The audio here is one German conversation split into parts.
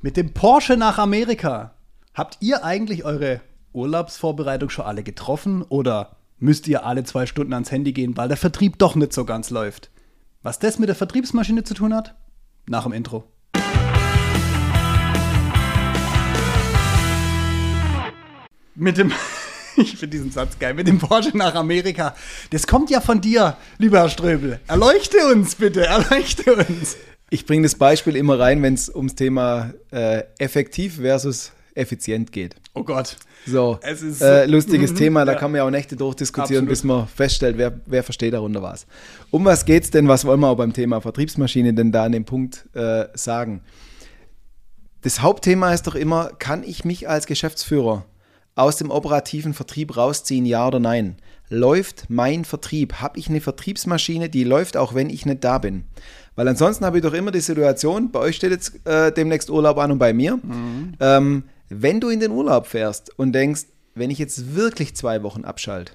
Mit dem Porsche nach Amerika. Habt ihr eigentlich eure Urlaubsvorbereitung schon alle getroffen oder müsst ihr alle 2 Stunden ans Handy gehen, weil der Vertrieb doch nicht so ganz läuft? Was das mit der Vertriebsmaschine zu tun hat? Nach dem Intro. Mit dem, ich finde diesen Satz geil, mit dem Porsche nach Amerika. Das kommt ja von dir, lieber Herr Ströbel. Erleuchte uns bitte, erleuchte uns. Ich bringe das Beispiel immer rein, wenn es ums Thema effektiv versus effizient geht. Oh Gott. So, Es ist lustiges Thema, da ja. kann man ja auch Nächte durchdiskutieren, Absolut. bis man feststellt, wer versteht darunter was. Um was geht's denn, was wollen wir auch beim Thema Vertriebsmaschine denn da an dem Punkt sagen? Das Hauptthema ist doch immer, kann ich mich als Geschäftsführer aus dem operativen Vertrieb rausziehen, ja oder nein? Läuft mein Vertrieb? Habe ich eine Vertriebsmaschine, die läuft, auch wenn ich nicht da bin? Weil ansonsten habe ich doch immer die Situation, bei euch steht jetzt demnächst Urlaub an und bei mir, wenn du in den Urlaub fährst und denkst, wenn ich jetzt wirklich 2 Wochen abschalte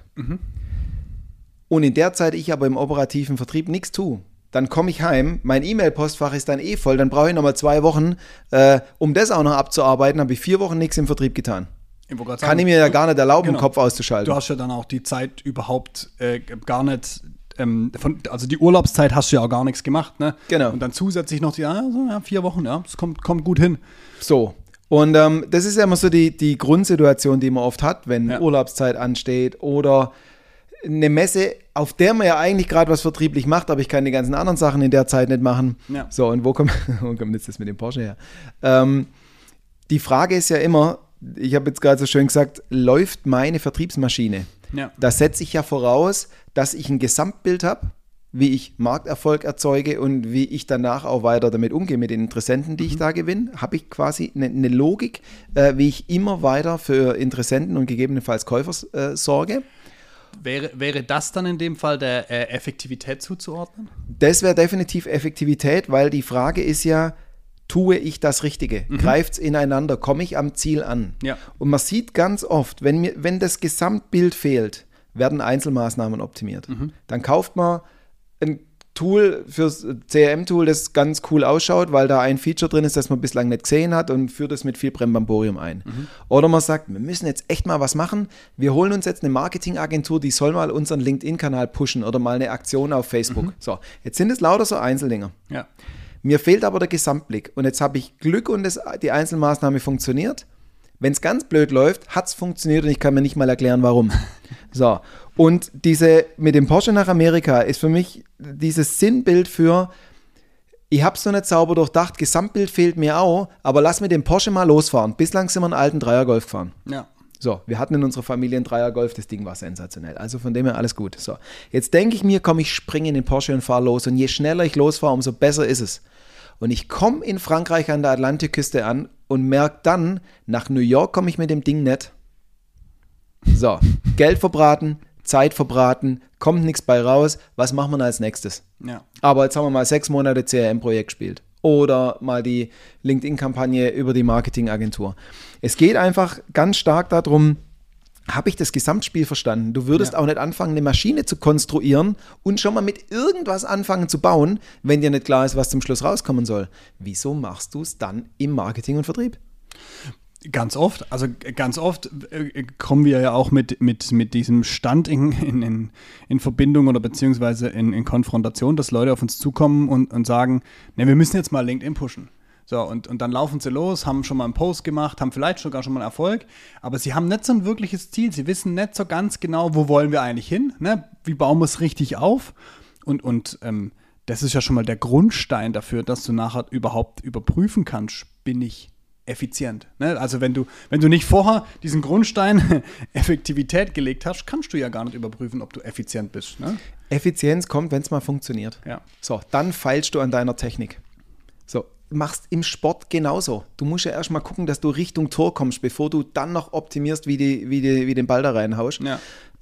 und in der Zeit ich aber im operativen Vertrieb nichts tue, dann komme ich heim, mein E-Mail-Postfach ist dann voll, dann brauche ich nochmal 2 Wochen, um das auch noch abzuarbeiten, habe ich 4 Wochen nichts im Vertrieb getan. Kann ich mir ja gar nicht erlauben, Genau. den Kopf auszuschalten. Du hast ja dann auch die Zeit überhaupt gar nicht, also die Urlaubszeit hast du ja auch gar nichts gemacht, ne? Genau. Und dann zusätzlich noch 4 Wochen, ja, das kommt gut hin. So, und das ist ja immer so die Grundsituation, die man oft hat, wenn Urlaubszeit ansteht oder eine Messe, auf der man ja eigentlich gerade was vertrieblich macht, aber ich kann die ganzen anderen Sachen in der Zeit nicht machen. Ja. So, und wo kommt jetzt das mit dem Porsche her? Die Frage ist ja immer, ich habe jetzt gerade so schön gesagt, läuft meine Vertriebsmaschine? Ja. Da setze ich ja voraus, dass ich ein Gesamtbild habe, wie ich Markterfolg erzeuge und wie ich danach auch weiter damit umgehe mit den Interessenten, die ich da gewinne. Habe ich quasi eine Logik, wie ich immer weiter für Interessenten und gegebenenfalls Käufer sorge. Wäre das dann in dem Fall der Effektivität zuzuordnen? Das wäre definitiv Effektivität, weil die Frage ist ja, tue ich das Richtige? Greift es ineinander? Komme ich am Ziel an? Ja. Und man sieht ganz oft, wenn das Gesamtbild fehlt, werden Einzelmaßnahmen optimiert. Dann kauft man ein Tool fürs CRM-Tool, das ganz cool ausschaut, weil da ein Feature drin ist, das man bislang nicht gesehen hat und führt es mit viel Brembamborium ein. Oder man sagt, wir müssen jetzt echt mal was machen. Wir holen uns jetzt eine Marketingagentur, die soll mal unseren LinkedIn-Kanal pushen oder mal eine Aktion auf Facebook. So, jetzt sind es lauter so Einzeldinger. Ja. Mir fehlt aber der Gesamtblick. Und jetzt habe ich Glück und die Einzelmaßnahme funktioniert. Wenn es ganz blöd läuft, hat es funktioniert und ich kann mir nicht mal erklären, warum. So, und mit dem Porsche nach Amerika ist für mich dieses Sinnbild für, ich habe es noch nicht sauber durchdacht, Gesamtbild fehlt mir auch, aber lass mir den Porsche mal losfahren. Bislang sind wir einen alten Dreier-Golf gefahren. Ja. So, wir hatten in unserer Familie einen Dreier-Golf, das Ding war sensationell. Also von dem her alles gut. So, jetzt denke ich mir, komm, ich springe in den Porsche und fahre los. Und je schneller ich losfahre, umso besser ist es. Und ich komme in Frankreich an der Atlantikküste an und merke dann, nach New York komme ich mit dem Ding nicht. So, Geld verbraten, Zeit verbraten, kommt nichts bei raus. Was macht man als nächstes? Ja. Aber jetzt haben wir mal 6 Monate CRM-Projekt gespielt. Oder mal die LinkedIn-Kampagne über die Marketingagentur. Es geht einfach ganz stark darum, habe ich das Gesamtspiel verstanden? Du würdest auch nicht anfangen, eine Maschine zu konstruieren und schon mal mit irgendwas anfangen zu bauen, wenn dir nicht klar ist, was zum Schluss rauskommen soll. Wieso machst du es dann im Marketing und Vertrieb? Ganz oft kommen wir ja auch mit diesem Stand in Verbindung oder beziehungsweise in Konfrontation, dass Leute auf uns zukommen und sagen, ne, wir müssen jetzt mal LinkedIn pushen. So, und dann laufen sie los, haben schon mal einen Post gemacht, haben vielleicht sogar schon mal einen Erfolg, aber sie haben nicht so ein wirkliches Ziel, sie wissen nicht so ganz genau, wo wollen wir eigentlich hin, ne? Wie bauen wir es richtig auf und das ist ja schon mal der Grundstein dafür, dass du nachher überhaupt überprüfen kannst, bin ich effizient. Ne? Also wenn du nicht vorher diesen Grundstein Effektivität gelegt hast, kannst du ja gar nicht überprüfen, ob du effizient bist. Ne? Effizienz kommt, wenn es mal funktioniert. Ja. So, dann feilst du an deiner Technik. So, machst im Sport genauso. Du musst ja erst mal gucken, dass du Richtung Tor kommst, bevor du dann noch optimierst, wie den Ball da reinhaust. Ja.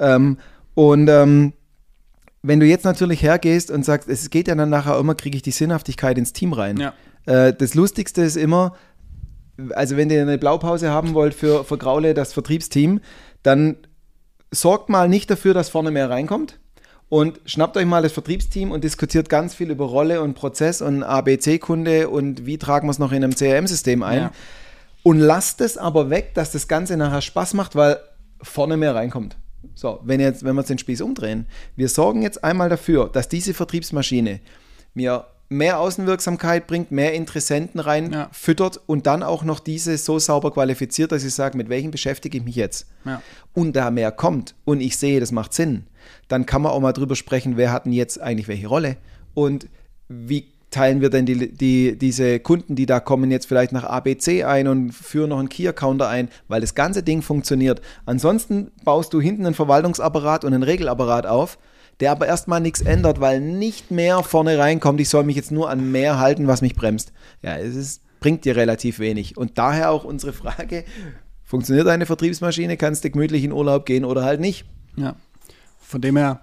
Wenn du jetzt natürlich hergehst und sagst, es geht ja dann nachher immer, kriege ich die Sinnhaftigkeit ins Team rein. Ja. Das Lustigste ist immer, also wenn ihr eine Blaupause haben wollt für Graule, das Vertriebsteam, dann sorgt mal nicht dafür, dass vorne mehr reinkommt und schnappt euch mal das Vertriebsteam und diskutiert ganz viel über Rolle und Prozess und ABC-Kunde und wie tragen wir es noch in einem CRM-System ein. Ja. Und lasst es aber weg, dass das Ganze nachher Spaß macht, weil vorne mehr reinkommt. So, wenn wir jetzt den Spieß umdrehen, wir sorgen jetzt einmal dafür, dass diese Vertriebsmaschine mir mehr Außenwirksamkeit bringt, mehr Interessenten rein füttert und dann auch noch diese so sauber qualifiziert, dass ich sage, mit welchem beschäftige ich mich jetzt? Ja. Und da mehr kommt und ich sehe, das macht Sinn, dann kann man auch mal drüber sprechen, wer hat denn jetzt eigentlich welche Rolle und wie teilen wir denn diese Kunden, die da kommen, jetzt vielleicht nach ABC ein und führen noch einen Key-Accounter ein, weil das ganze Ding funktioniert. Ansonsten baust du hinten einen Verwaltungsapparat und einen Regelapparat auf, der aber erstmal nichts ändert, weil nicht mehr vorne reinkommt. Ich soll mich jetzt nur an mehr halten, was mich bremst. Ja, bringt dir relativ wenig. Und daher auch unsere Frage, funktioniert eine Vertriebsmaschine? Kannst du gemütlich in Urlaub gehen oder halt nicht? Ja, von dem her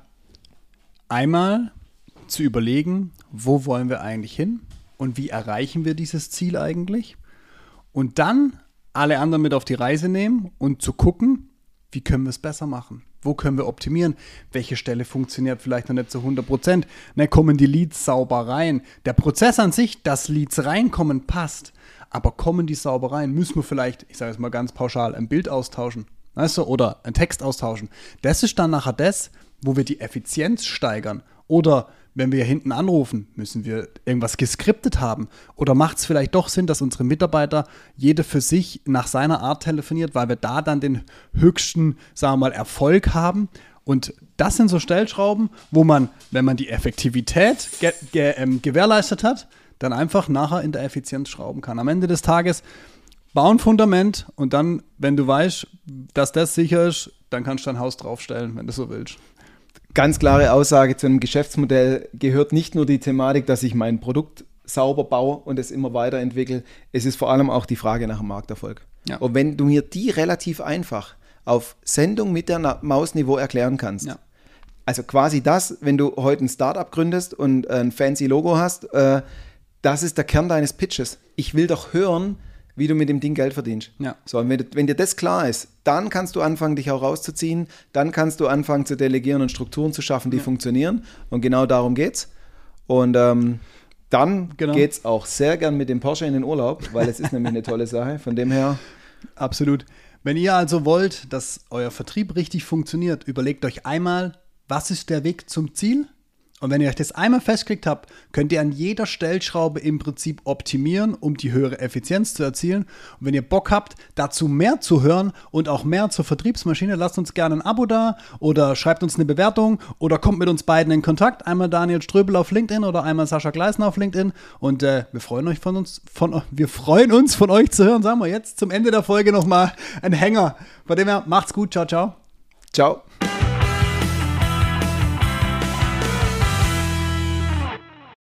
einmal zu überlegen, wo wollen wir eigentlich hin und wie erreichen wir dieses Ziel eigentlich? Und dann alle anderen mit auf die Reise nehmen und zu gucken, wie können wir es besser machen? Wo können wir optimieren? Welche Stelle funktioniert vielleicht noch nicht zu 100%? Kommen die Leads sauber rein? Der Prozess an sich, dass Leads reinkommen, passt. Aber kommen die sauber rein? Müssen wir vielleicht, ich sage es mal ganz pauschal, ein Bild austauschen? Weißt du? Oder einen Text austauschen? Das ist dann nachher das, wo wir die Effizienz steigern. Oder wenn wir hinten anrufen, müssen wir irgendwas geskriptet haben? Oder macht es vielleicht doch Sinn, dass unsere Mitarbeiter jeder für sich nach seiner Art telefoniert, weil wir da dann den höchsten, sagen wir mal, Erfolg haben? Und das sind so Stellschrauben, wo man, wenn man die Effektivität gewährleistet hat, dann einfach nachher in der Effizienz schrauben kann. Am Ende des Tages bau ein Fundament und dann, wenn du weißt, dass das sicher ist, dann kannst du dein Haus draufstellen, wenn du so willst. Ganz klare Aussage zu einem Geschäftsmodell gehört nicht nur die Thematik, dass ich mein Produkt sauber baue und es immer weiterentwickle. Es ist vor allem auch die Frage nach dem Markterfolg. Ja. Und wenn du mir die relativ einfach auf Sendung mit der Mausniveau erklären kannst, also quasi das, wenn du heute ein Startup gründest und ein fancy Logo hast, das ist der Kern deines Pitches. Ich will doch hören, wie du mit dem Ding Geld verdienst. Ja. So, und wenn dir das klar ist, dann kannst du anfangen, dich auch rauszuziehen, dann kannst du anfangen zu delegieren und Strukturen zu schaffen, die funktionieren. Und genau darum geht's. Und dann geht's auch sehr gern mit dem Porsche in den Urlaub, weil es ist nämlich eine tolle Sache. Von dem her. Absolut. Wenn ihr also wollt, dass euer Vertrieb richtig funktioniert, überlegt euch einmal, was ist der Weg zum Ziel? Und wenn ihr euch das einmal festgelegt habt, könnt ihr an jeder Stellschraube im Prinzip optimieren, um die höhere Effizienz zu erzielen. Und wenn ihr Bock habt, dazu mehr zu hören und auch mehr zur Vertriebsmaschine, lasst uns gerne ein Abo da oder schreibt uns eine Bewertung oder kommt mit uns beiden in Kontakt. Einmal Daniel Ströbel auf LinkedIn oder einmal Sascha Gleisner auf LinkedIn. Und wir freuen uns von euch zu hören. Sagen wir jetzt zum Ende der Folge nochmal einen Hänger. Von dem her, macht's gut. Ciao, ciao. Ciao.